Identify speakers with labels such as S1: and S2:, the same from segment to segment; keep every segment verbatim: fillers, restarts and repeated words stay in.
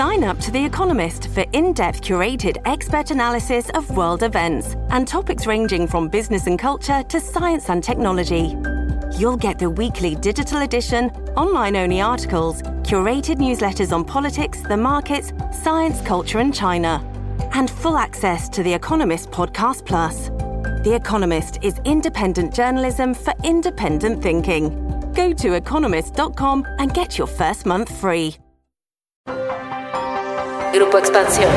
S1: Sign up to The Economist for in-depth curated expert analysis of world events and topics ranging from business and culture to science and technology. You'll get the weekly digital edition, online-only articles, curated newsletters on politics, the markets, science, culture and China, and full access to The Economist Podcast Plus. The Economist is independent journalism for independent thinking. Go to economist dot com and get your first month free.
S2: Grupo Expansión.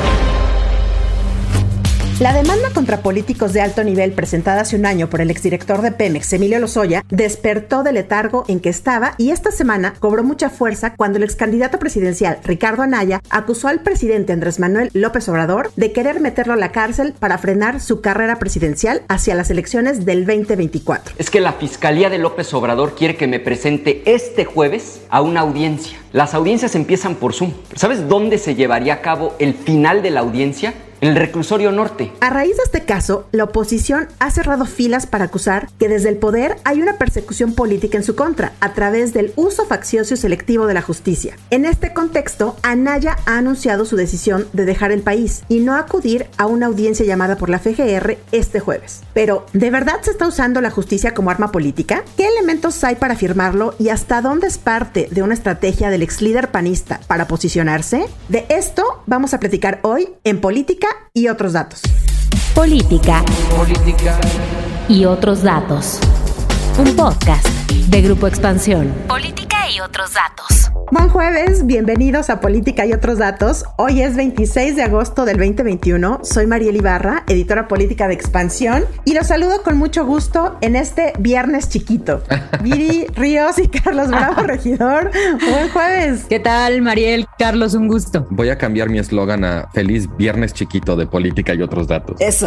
S3: La demanda contra políticos de alto nivel presentada hace un año por el exdirector de Pemex, Emilio Lozoya, despertó del letargo en que estaba y esta semana cobró mucha fuerza cuando el excandidato presidencial Ricardo Anaya acusó al presidente Andrés Manuel López Obrador de querer meterlo a la cárcel para frenar su carrera presidencial hacia las elecciones del veinte veinticuatro.
S4: Es que la Fiscalía de López Obrador quiere que me presente este jueves a una audiencia. Las audiencias empiezan por Zoom. ¿Sabes dónde se llevaría a cabo el final de la audiencia? En el reclusorio norte.
S3: A raíz de este caso, la oposición ha cerrado filas para acusar que desde el poder hay una persecución política en su contra a través del uso faccioso y selectivo de la justicia. En este contexto, Anaya ha anunciado su decisión de dejar el país y no acudir a una audiencia llamada por la F G R este jueves. Pero, ¿de verdad se está usando la justicia como arma política? ¿Qué elementos hay para afirmarlo y hasta dónde es parte de una estrategia del ex líder panista para posicionarse? De esto vamos a platicar hoy en Política y otros datos.
S2: Política.
S5: Política.
S2: Y otros datos. Un podcast de Grupo Expansión.
S1: Política y otros datos.
S3: Buen jueves, bienvenidos a Política y otros datos. Hoy es veintiséis de agosto del veinte veintiuno. Soy Mariel Ibarra, editora política de Expansión, y los saludo con mucho gusto en este viernes chiquito. Viri Ríos y Carlos Bravo, regidor. Buen jueves.
S6: ¿Qué tal, Mariel? Carlos, un gusto.
S5: Voy a cambiar mi eslogan a Feliz Viernes Chiquito de Política y otros datos.
S3: Eso.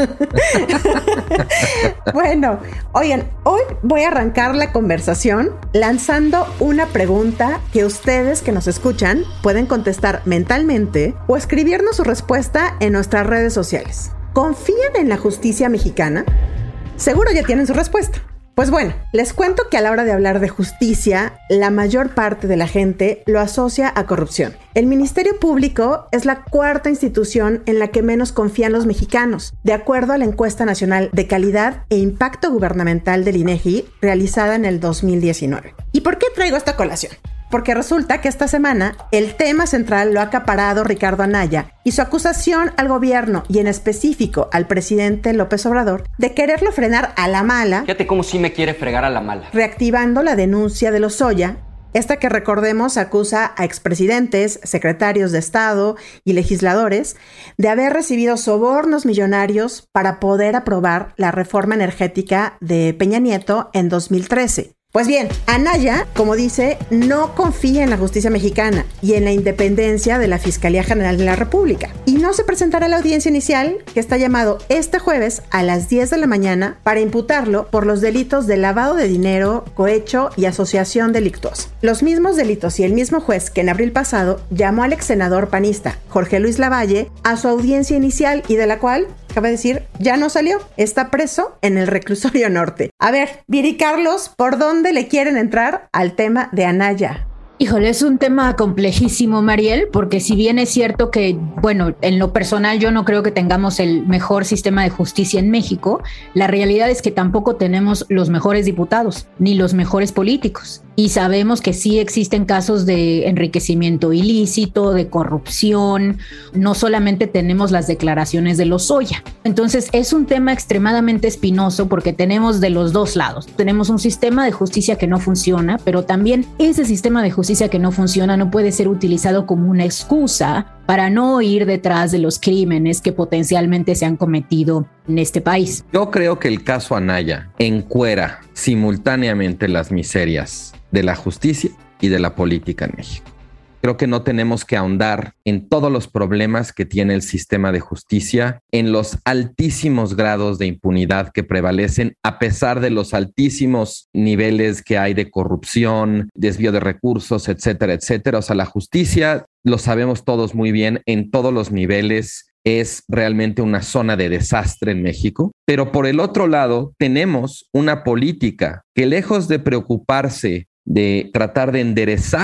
S3: Bueno, oigan, hoy voy a arrancar la conversación lanzando una pregunta que ustedes que nos escuchan pueden contestar mentalmente o escribirnos su respuesta en nuestras redes sociales. ¿Confían en la justicia mexicana? Seguro ya tienen su respuesta. Pues bueno, les cuento que a la hora de hablar de justicia, la mayor parte de la gente lo asocia a corrupción. El Ministerio Público es la cuarta institución en la que menos confían los mexicanos, de acuerdo a la encuesta nacional de calidad e impacto gubernamental del INEGI, realizada en el dos mil diecinueve. ¿Y por qué traigo esta colación? Porque resulta que esta semana el tema central lo ha acaparado Ricardo Anaya y su acusación al gobierno y en específico al presidente López Obrador de quererlo frenar a la mala.
S4: Fíjate cómo sí me quiere fregar a la mala.
S3: Reactivando la denuncia de Lozoya, esta que recordemos acusa a expresidentes, secretarios de Estado y legisladores de haber recibido sobornos millonarios para poder aprobar la reforma energética de Peña Nieto en dos mil trece. Pues bien, Anaya, como dice, no confía en la justicia mexicana y en la independencia de la Fiscalía General de la República. Y no se presentará a la audiencia inicial, que está llamado este jueves a las diez de la mañana, para imputarlo por los delitos de lavado de dinero, cohecho y asociación delictuosa. Los mismos delitos y el mismo juez que en abril pasado llamó al ex senador panista Jorge Luis Lavalle a su audiencia inicial y de la cual, cabe decir, ya no salió. Está preso en el reclusorio norte. A ver, Viri Carlos, ¿por dónde le quieren entrar al tema de Anaya?
S6: Híjole, es un tema complejísimo, Mariel, porque si bien es cierto que, bueno, en lo personal yo no creo que tengamos el mejor sistema de justicia en México, la realidad es que tampoco tenemos los mejores diputados, ni los mejores políticos. Y sabemos que sí existen casos de enriquecimiento ilícito, de corrupción, no solamente tenemos las declaraciones de Lozoya. Entonces es un tema extremadamente espinoso porque tenemos de los dos lados. Tenemos un sistema de justicia que no funciona, pero también ese sistema de justicia que no funciona no puede ser utilizado como una excusa para no ir detrás de los crímenes que potencialmente se han cometido en este país.
S5: Yo creo que el caso Anaya encuera simultáneamente las miserias de la justicia y de la política en México. Creo que no tenemos que ahondar en todos los problemas que tiene el sistema de justicia, en los altísimos grados de impunidad que prevalecen a pesar de los altísimos niveles que hay de corrupción, desvío de recursos, etcétera, etcétera. O sea, la justicia, lo sabemos todos muy bien, en todos los niveles es realmente una zona de desastre en México. Pero por el otro lado, tenemos una política que lejos de preocuparse de tratar de enderezar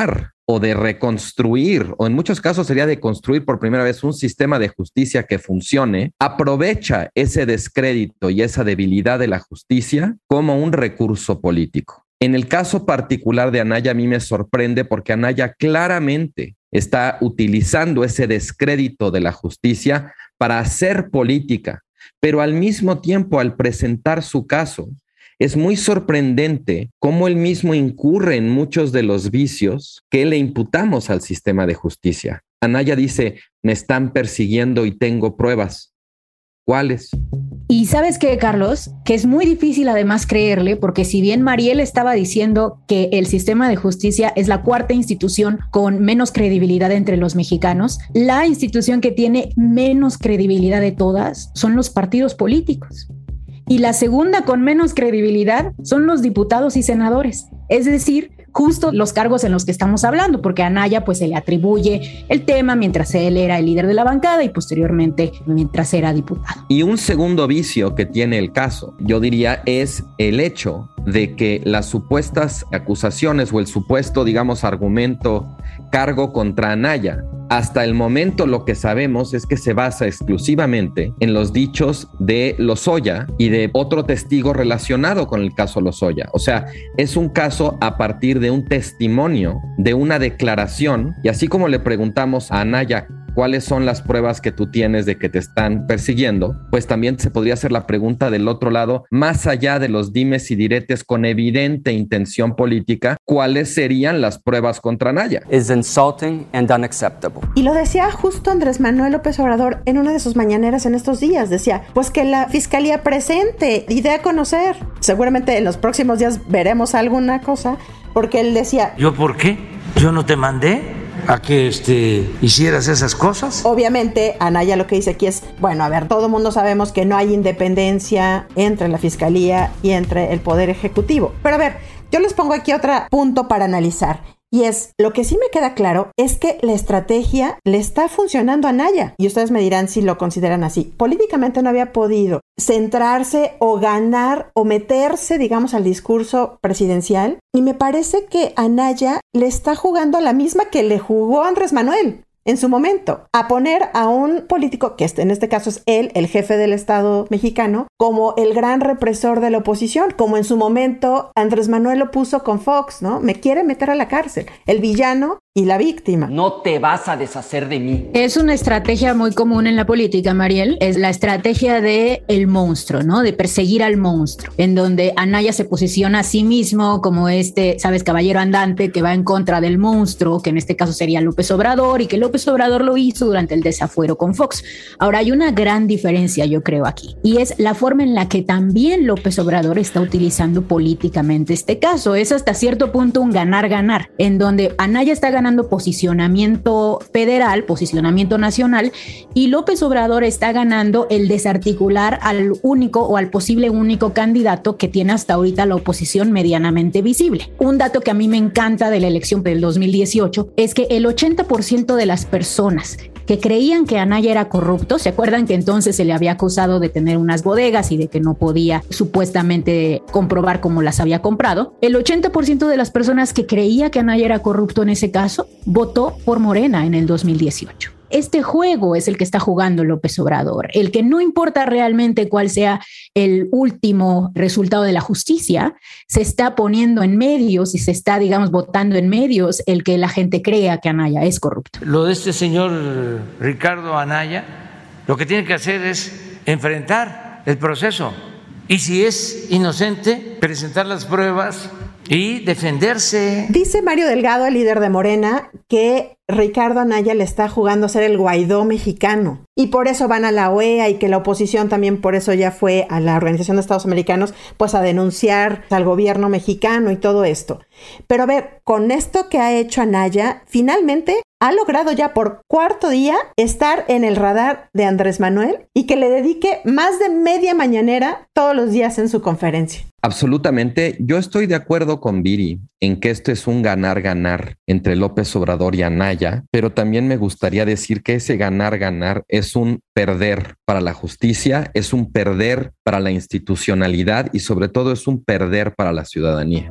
S5: o de reconstruir, o en muchos casos sería de construir por primera vez un sistema de justicia que funcione, aprovecha ese descrédito y esa debilidad de la justicia como un recurso político. En el caso particular de Anaya, a mí me sorprende porque Anaya claramente está utilizando ese descrédito de la justicia para hacer política, pero al mismo tiempo, al presentar su caso, es muy sorprendente cómo él mismo incurre en muchos de los vicios que le imputamos al sistema de justicia. Anaya dice, me están persiguiendo y tengo pruebas. ¿Cuáles?
S6: Y ¿sabes qué, Carlos? Que es muy difícil además creerle, porque si bien Mariel estaba diciendo que el sistema de justicia es la cuarta institución con menos credibilidad entre los mexicanos, la institución que tiene menos credibilidad de todas son los partidos políticos. Y la segunda con menos credibilidad son los diputados y senadores. Es decir, justo los cargos en los que estamos hablando, porque a Anaya pues se le atribuye el tema mientras él era el líder de la bancada y posteriormente mientras era diputado.
S5: Y un segundo vicio que tiene el caso, yo diría, es el hecho de que las supuestas acusaciones o el supuesto, digamos, argumento, cargo contra Anaya, hasta el momento lo que sabemos es que se basa exclusivamente en los dichos de Lozoya y de otro testigo relacionado con el caso Lozoya. O sea, es un caso a partir de un testimonio, de una declaración, y así como le preguntamos a Anaya cuáles son las pruebas que tú tienes de que te están persiguiendo, pues también se podría hacer la pregunta del otro lado, más allá de los dimes y diretes con evidente intención política, ¿cuáles serían las pruebas contra Anaya?
S4: Is insulting and unacceptable.
S3: Y lo decía justo Andrés Manuel López Obrador en una de sus mañaneras en estos días. Decía, pues que la fiscalía presente y dé a conocer. Seguramente en los próximos días veremos alguna cosa, porque él decía,
S7: ¿yo por qué? ¿Yo no te mandé a que este, hicieras esas cosas?
S3: Obviamente, Anaya lo que dice aquí es, bueno, a ver, todo el mundo sabemos que no hay independencia entre la fiscalía y entre el poder ejecutivo. Pero a ver, yo les pongo aquí otro punto para analizar. Y es, lo que sí me queda claro es que la estrategia le está funcionando a Anaya. Y ustedes me dirán si lo consideran así. Políticamente no había podido centrarse o ganar o meterse, digamos, al discurso presidencial. Y me parece que Anaya le está jugando a la misma que le jugó Andrés Manuel en su momento, a poner a un político, que en este caso es él, el jefe del Estado mexicano, como el gran represor de la oposición, como en su momento Andrés Manuel lo puso con Fox, ¿no? Me quiere meter a la cárcel, el villano y la víctima.
S4: No te vas a deshacer de mí.
S6: Es una estrategia muy común en la política, Mariel. Es la estrategia de el monstruo, ¿no? De perseguir al monstruo, en donde Anaya se posiciona a sí mismo como este, sabes, caballero andante que va en contra del monstruo, que en este caso sería López Obrador, y que López Obrador lo hizo durante el desafuero con Fox. Ahora, hay una gran diferencia, yo creo, aquí, y es la forma en la que también López Obrador está utilizando políticamente este caso. Es hasta cierto punto un ganar-ganar, en donde Anaya está ganando posicionamiento federal, posicionamiento nacional, y López Obrador está ganando el desarticular al único o al posible único candidato que tiene hasta ahorita la oposición medianamente visible. Un dato que a mí me encanta de la elección del dos mil dieciocho es que el ochenta por ciento de las personas que creían que Anaya era corrupto, ¿se acuerdan que entonces se le había acusado de tener unas bodegas y de que no podía supuestamente comprobar cómo las había comprado? El ochenta por ciento de las personas que creía que Anaya era corrupto en ese caso votó por Morena en el dos mil dieciocho. Este juego es el que está jugando López Obrador, el que no importa realmente cuál sea el último resultado de la justicia, se está poniendo en medios y se está, digamos, votando en medios el que la gente crea que Anaya es corrupto.
S7: Lo de este señor Ricardo Anaya, lo que tiene que hacer es enfrentar el proceso y si es inocente, presentar las pruebas y defenderse.
S3: Dice Mario Delgado, el líder de Morena, que Ricardo Anaya le está jugando a ser el Guaidó mexicano y por eso van a la O E A y que la oposición también por eso ya fue a la Organización de Estados Americanos pues a denunciar al gobierno mexicano y todo esto. Pero a ver, con esto que ha hecho Anaya, finalmente ha logrado ya por cuarto día estar en el radar de Andrés Manuel y que le dedique más de media mañanera todos los días en su conferencia.
S5: Absolutamente. Yo estoy de acuerdo con Viri en que esto es un ganar-ganar entre López Obrador y Anaya, pero también me gustaría decir que ese ganar-ganar es un perder para la justicia, es un perder para la institucionalidad y sobre todo es un perder para la ciudadanía.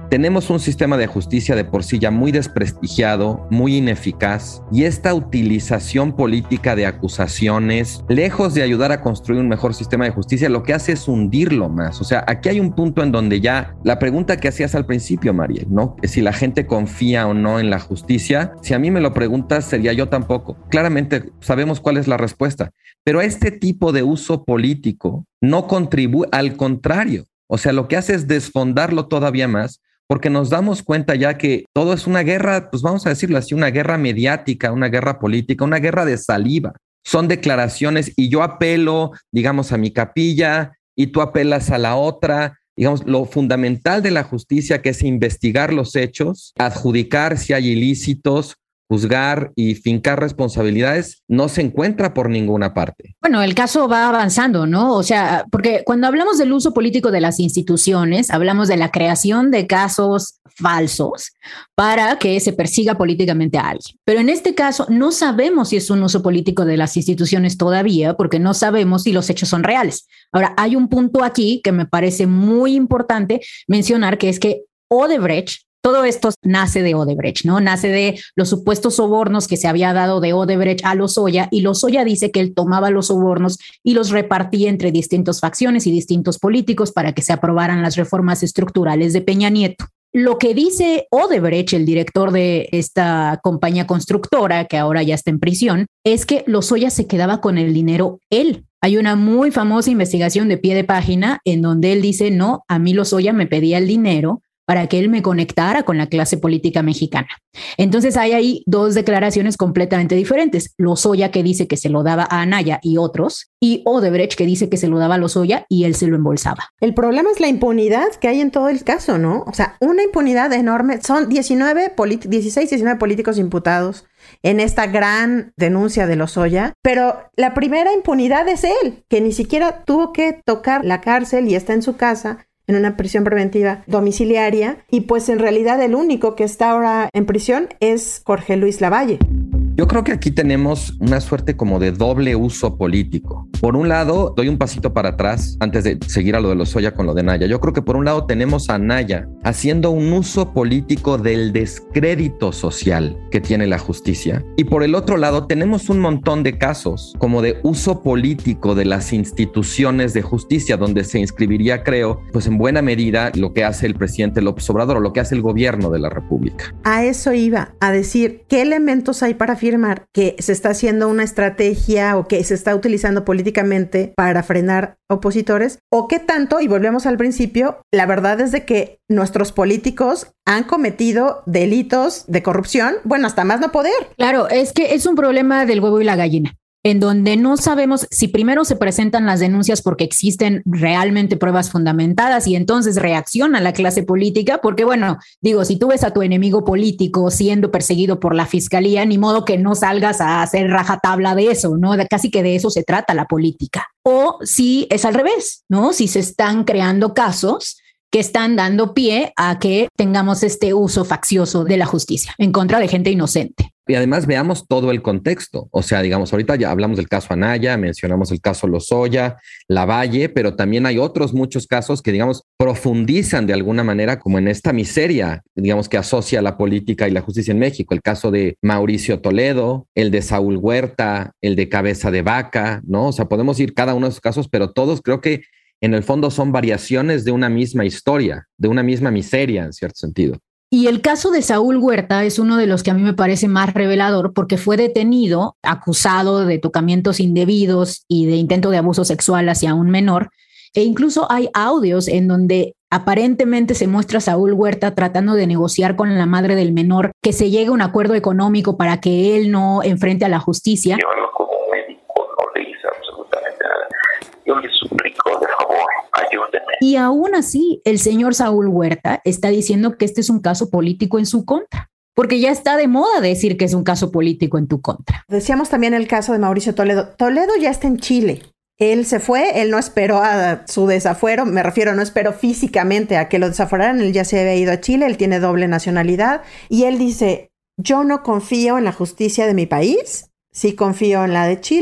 S5: Tenemos un sistema de justicia de por sí ya muy desprestigiado, muy ineficaz, y esta utilización política de acusaciones, lejos de ayudar a construir un mejor sistema de justicia, lo que hace es hundirlo más. O sea, aquí hay un punto en donde ya la pregunta que hacías al principio, Mariel, ¿no? Si la gente confía o no en la justicia, si a mí me lo preguntas, sería yo tampoco. Claramente sabemos cuál es la respuesta, pero este tipo de uso político no contribuye, al contrario. O sea, lo que hace es desfondarlo todavía más, porque nos damos cuenta ya que todo es una guerra, pues vamos a decirlo así, una guerra mediática, una guerra política, una guerra de saliva. Son declaraciones y yo apelo, digamos, a mi capilla y tú apelas a la otra. Digamos, lo fundamental de la justicia, que es investigar los hechos, adjudicar si hay ilícitos, juzgar y fincar responsabilidades, no se encuentra por ninguna parte.
S6: Bueno, el caso va avanzando, ¿no? O sea, porque cuando hablamos del uso político de las instituciones, hablamos de la creación de casos falsos para que se persiga políticamente a alguien. Pero en este caso no sabemos si es un uso político de las instituciones todavía, porque no sabemos si los hechos son reales. Ahora, hay un punto aquí que me parece muy importante mencionar, que es que Odebrecht, todo esto nace de Odebrecht, ¿no? Nace de los supuestos sobornos que se había dado de Odebrecht a Lozoya, y Lozoya dice que él tomaba los sobornos y los repartía entre distintas facciones y distintos políticos para que se aprobaran las reformas estructurales de Peña Nieto. Lo que dice Odebrecht, el director de esta compañía constructora, que ahora ya está en prisión, es que Lozoya se quedaba con el dinero él. Hay una muy famosa investigación de pie de página en donde él dice, no, a mí Lozoya me pedía el dinero para que él me conectara con la clase política mexicana. Entonces hay ahí dos declaraciones completamente diferentes. Lozoya, que dice que se lo daba a Anaya y otros, y Odebrecht, que dice que se lo daba a Lozoya y él se lo embolsaba.
S3: El problema es la impunidad que hay en todo el caso, ¿no? O sea, una impunidad enorme. Son diecinueve, dieciséis, diecinueve políticos imputados en esta gran denuncia de Lozoya, pero la primera impunidad es él, que ni siquiera tuvo que tocar la cárcel y está en su casa en una prisión preventiva domiciliaria, y pues en realidad el único que está ahora en prisión es Jorge Luis Lavalle.
S5: Yo creo que aquí tenemos una suerte como de doble uso político. Por un lado, doy un pasito para atrás antes de seguir a lo de Lozoya con lo de Anaya. Yo creo que por un lado tenemos a Anaya haciendo un uso político del descrédito social que tiene la justicia. Y por el otro lado, tenemos un montón de casos como de uso político de las instituciones de justicia, donde se inscribiría, creo, pues en buena medida lo que hace el presidente López Obrador o lo que hace el gobierno de la República.
S3: A eso iba, a decir, ¿qué elementos hay para afirmar que se está haciendo una estrategia o que se está utilizando políticamente para frenar opositores? ¿O qué tanto, y volvemos al principio, la verdad es de que nuestros políticos han cometido delitos de corrupción, bueno, hasta más no poder?
S6: Claro, es que es un problema del huevo y la gallina, en donde no sabemos si primero se presentan las denuncias porque existen realmente pruebas fundamentadas y entonces reacciona la clase política, porque bueno, digo, si tú ves a tu enemigo político siendo perseguido por la fiscalía, ni modo que no salgas a hacer rajatabla de eso, ¿no? De, casi que de eso se trata la política. O si es al revés, ¿no? Si se están creando casos que están dando pie a que tengamos este uso faccioso de la justicia en contra de gente inocente.
S5: Y además veamos todo el contexto. O sea, digamos, ahorita ya hablamos del caso Anaya, mencionamos el caso Lozoya, Lavalle, pero también hay otros muchos casos que, digamos, profundizan de alguna manera como en esta miseria, digamos, que asocia la política y la justicia en México. El caso de Mauricio Toledo, el de Saúl Huerta, el de Cabeza de Vaca, ¿no? O sea, podemos ir cada uno de esos casos, pero todos creo que en el fondo son variaciones de una misma historia, de una misma miseria, en cierto sentido.
S6: Y el caso de Saúl Huerta es uno de los que a mí me parece más revelador, porque fue detenido, acusado de tocamientos indebidos y de intento de abuso sexual hacia un menor. E incluso hay audios en donde aparentemente se muestra a Saúl Huerta tratando de negociar con la madre del menor que se llegue a un acuerdo económico para que él no enfrente a la justicia.
S8: Yo como médico no le hice absolutamente nada. Yo le suplico, de favor, ayúdenme.
S6: Y aún así, el señor Saúl Huerta está diciendo que este es un caso político en su contra, porque ya está de moda decir que es un caso político en tu contra.
S3: Decíamos también el caso de Mauricio Toledo. Toledo ya está en Chile. Él se fue, él no esperó a su desafuero, me refiero, no esperó físicamente a que lo desaforaran, él ya se había ido a Chile, él tiene doble nacionalidad, y él dice, yo no confío en la justicia de mi país, sí confío en la de Chile,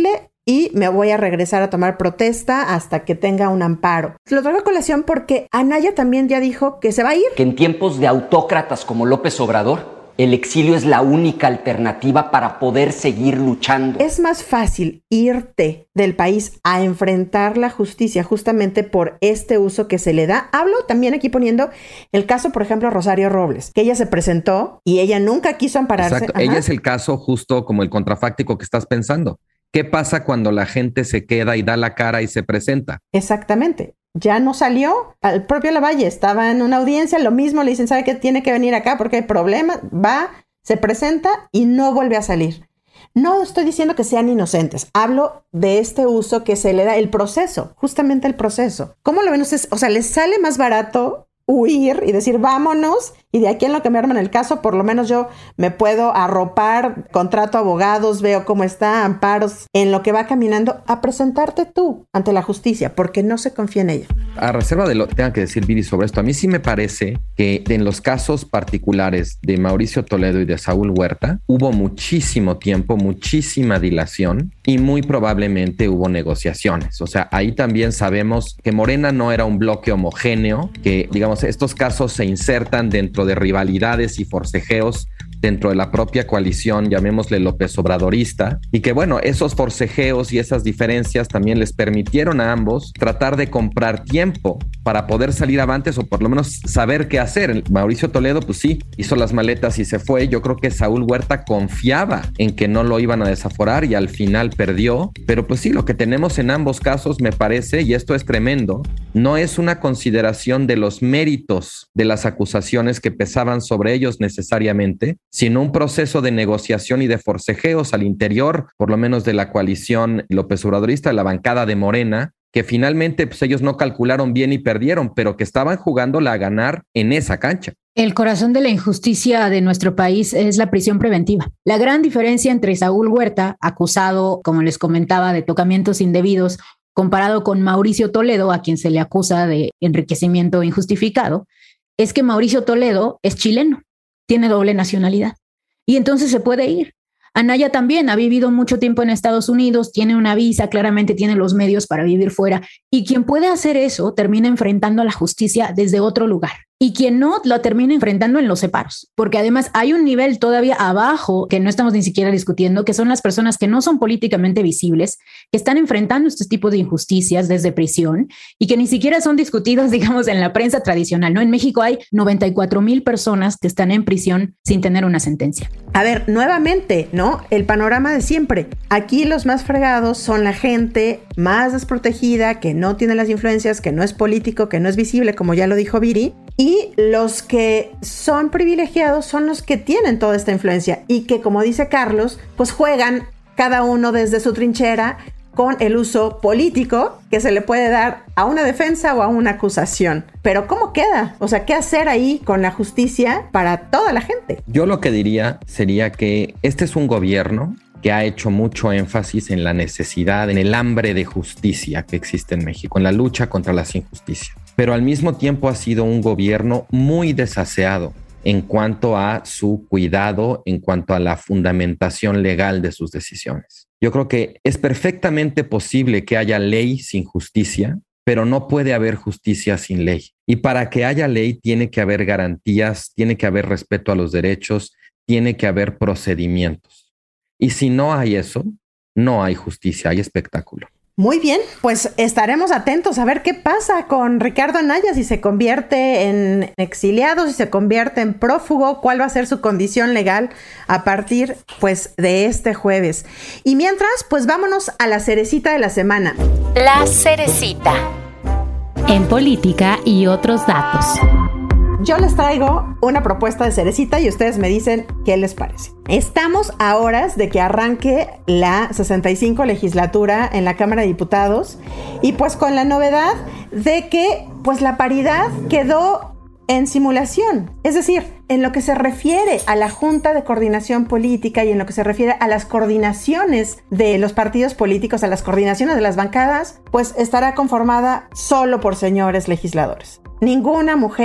S3: y me voy a regresar a tomar protesta hasta que tenga un amparo. Lo traigo a colación porque Anaya también ya dijo que se va a ir.
S4: Que en tiempos de autócratas como López Obrador, el exilio es la única alternativa para poder seguir luchando.
S3: Es más fácil irte del país a enfrentar la justicia justamente por este uso que se le da. Hablo también aquí poniendo el caso, por ejemplo, Rosario Robles, que ella se presentó y ella nunca quiso ampararse.
S5: Exacto.
S3: Ajá.
S5: Ella es el caso justo como el contrafáctico que estás pensando. ¿Qué pasa cuando la gente se queda y da la cara y se presenta?
S3: Exactamente. Ya no salió. Al propio Lavalle estaba en una audiencia, lo mismo le dicen, ¿sabe qué? Tiene que venir acá porque hay problemas. Va, se presenta y no vuelve a salir. No estoy diciendo que sean inocentes. Hablo de este uso que se le da, el proceso, justamente el proceso. ¿Cómo lo ven ustedes? O sea, ¿les sale más barato huir y decir vámonos? Y de aquí en lo que me arman el caso, por lo menos yo me puedo arropar, contrato abogados, veo cómo está, amparos, en lo que va caminando, a presentarte tú ante la justicia, porque no se confía en ella.
S5: A reserva de lo que tenga que decir Viri sobre esto, a mí sí me parece que en los casos particulares de Mauricio Toledo y de Saúl Huerta hubo muchísimo tiempo, muchísima dilación y muy probablemente hubo negociaciones. O sea, ahí también sabemos que Morena no era un bloque homogéneo, que digamos estos casos se insertan dentro de rivalidades y forcejeos dentro de la propia coalición, llamémosle López Obradorista, y que bueno, esos forcejeos y esas diferencias también les permitieron a ambos tratar de comprar tiempo para poder salir avantes o por lo menos saber qué hacer. Mauricio Toledo, pues sí, hizo las maletas y se fue. Yo creo que Saúl Huerta confiaba en que no lo iban a desaforar y al final perdió, pero pues sí, lo que tenemos en ambos casos me parece, y esto es tremendo, no es una consideración de los méritos de las acusaciones que pesaban sobre ellos necesariamente, sino un proceso de negociación y de forcejeos al interior, por lo menos de la coalición López Obradorista, de la bancada de Morena, que finalmente pues, ellos no calcularon bien y perdieron, pero que estaban jugándola a ganar en esa cancha.
S6: El corazón de la injusticia de nuestro país es la prisión preventiva. La gran diferencia entre Saúl Huerta, acusado, como les comentaba, de tocamientos indebidos, comparado con Mauricio Toledo, a quien se le acusa de enriquecimiento injustificado, es que Mauricio Toledo es chileno, tiene doble nacionalidad y entonces se puede ir. Anaya también ha vivido mucho tiempo en Estados Unidos, tiene una visa, claramente tiene los medios para vivir fuera, y quien puede hacer eso termina enfrentando a la justicia desde otro lugar. Y quien no, lo termina enfrentando en los separos, porque además hay un nivel todavía abajo que no estamos ni siquiera discutiendo, que son las personas que no son políticamente visibles, que están enfrentando este tipo de injusticias desde prisión y que ni siquiera son discutidas, digamos, en la prensa tradicional, ¿no? En México hay noventa y cuatro mil personas que están en prisión sin tener una sentencia.
S3: A ver, nuevamente, ¿no? El panorama de siempre. Aquí los más fregados son la gente más desprotegida, que no tiene las influencias, que no es político, que no es visible, como ya lo dijo Viri. Y los que son privilegiados son los que tienen toda esta influencia y que, como dice Carlos, pues juegan cada uno desde su trinchera con el uso político que se le puede dar a una defensa o a una acusación. Pero ¿cómo queda? O sea, ¿qué hacer ahí con la justicia para toda la gente?
S5: Yo lo que diría sería que este es un gobierno que ha hecho mucho énfasis en la necesidad, en el hambre de justicia que existe en México, en la lucha contra las injusticias. Pero al mismo tiempo ha sido un gobierno muy desaseado en cuanto a su cuidado, en cuanto a la fundamentación legal de sus decisiones. Yo creo que es perfectamente posible que haya ley sin justicia, pero no puede haber justicia sin ley. Y para que haya ley tiene que haber garantías, tiene que haber respeto a los derechos, tiene que haber procedimientos. Y si no hay eso, no hay justicia, hay espectáculo.
S3: Muy bien, pues estaremos atentos a ver qué pasa con Ricardo Anaya, si se convierte en exiliado, si se convierte en prófugo, cuál va a ser su condición legal a partir pues de este jueves. Y mientras, pues vámonos a la cerecita de la semana.
S2: La cerecita. En política y otros datos.
S3: Yo les traigo una propuesta de cerecita y ustedes me dicen qué les parece. Estamos a horas de que arranque la sesenta y cinco legislatura en la Cámara de Diputados y pues con la novedad de que pues la paridad quedó en simulación. Es decir, en lo que se refiere a la Junta de Coordinación Política y en lo que se refiere a las coordinaciones de los partidos políticos, a las coordinaciones de las bancadas, pues estará conformada solo por señores legisladores. Ninguna mujer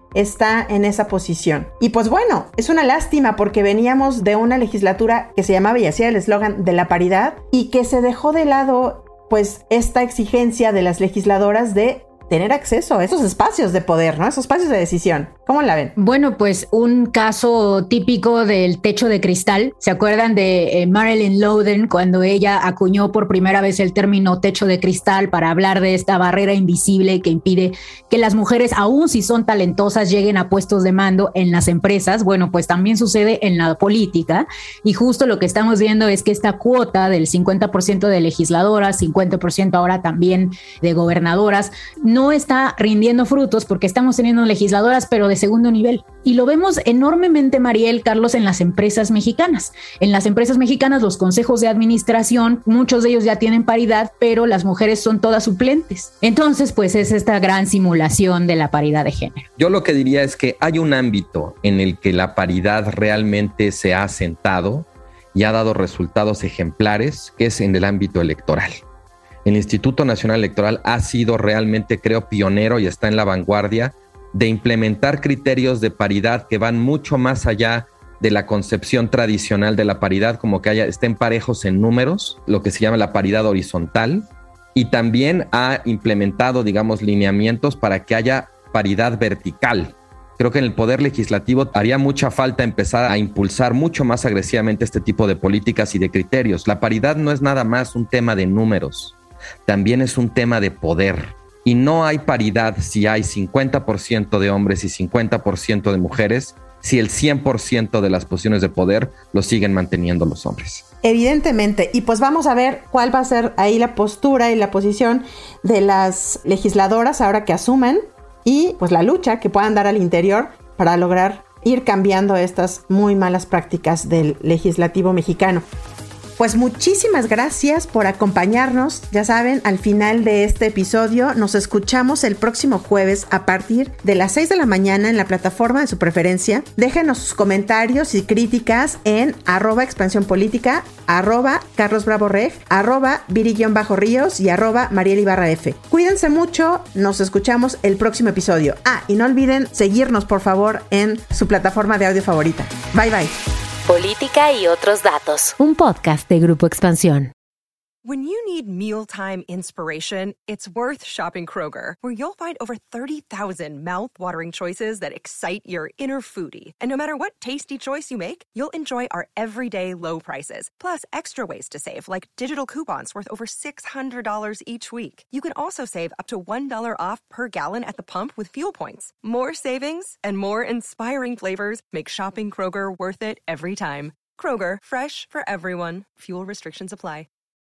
S3: está en esa posición. Y pues bueno, es una lástima porque veníamos de una legislatura que se llamaba y hacía el eslogan de la paridad y que se dejó de lado pues esta exigencia de las legisladoras de tener acceso a esos espacios de poder, ¿no? Esos espacios de decisión. ¿Cómo la ven?
S6: Bueno, pues un caso típico del techo de cristal. ¿Se acuerdan de eh, Marilyn Louden cuando ella acuñó por primera vez el término techo de cristal para hablar de esta barrera invisible que impide que las mujeres, aun si son talentosas, lleguen a puestos de mando en las empresas? Bueno, pues también sucede en la política y justo lo que estamos viendo es que esta cuota del cincuenta por ciento de legisladoras, cincuenta por ciento ahora también de gobernadoras, no no está rindiendo frutos porque estamos teniendo legisladoras, pero de segundo nivel. Y lo vemos enormemente, Mariel, Carlos, en las empresas mexicanas. En las empresas mexicanas, los consejos de administración, muchos de ellos ya tienen paridad, pero las mujeres son todas suplentes. Entonces, pues es esta gran simulación de la paridad de género. Yo
S5: lo que diría es que hay un ámbito en el que la paridad realmente se ha asentado y ha dado resultados ejemplares, que es en el ámbito electoral. El Instituto Nacional Electoral ha sido realmente, creo, pionero y está en la vanguardia de implementar criterios de paridad que van mucho más allá de la concepción tradicional de la paridad, como que haya, estén parejos en números, lo que se llama la paridad horizontal, y también ha implementado, digamos, lineamientos para que haya paridad vertical. Creo que en el Poder Legislativo haría mucha falta empezar a impulsar mucho más agresivamente este tipo de políticas y de criterios. La paridad no es nada más un tema de números, también es un tema de poder. Y no hay paridad si hay cincuenta por ciento de hombres y cincuenta por ciento de mujeres, si el cien por ciento de las posiciones de poder lo siguen manteniendo los hombres.
S3: Evidentemente, y pues vamos a ver cuál va a ser ahí la postura y la posición de las legisladoras ahora que asumen y pues la lucha que puedan dar al interior para lograr ir cambiando estas muy malas prácticas del legislativo mexicano. Pues muchísimas gracias por acompañarnos. Ya saben, al final de este episodio nos escuchamos el próximo jueves a partir de las seis de la mañana en la plataforma de su preferencia. Déjenos sus comentarios y críticas en arroba expansión política, arroba Carlos Bravo Reg, arroba Viri-Ríos y arroba Mariel Ibarra F. Cuídense mucho, nos escuchamos el próximo episodio. Ah, y no olviden seguirnos por favor en su plataforma de audio favorita. Bye bye.
S2: Política y otros datos. Un podcast de Grupo Expansión.
S9: When you need mealtime inspiration, it's worth shopping Kroger, where you'll find over thirty thousand mouth-watering choices that excite your inner foodie. And no matter what tasty choice you make, you'll enjoy our everyday low prices, plus extra ways to save, like digital coupons worth over six hundred dollars each week. You can also save up to one dollar off per gallon at the pump with fuel points. More savings and more inspiring flavors make shopping Kroger worth it every time. Kroger, fresh for everyone. Fuel restrictions apply.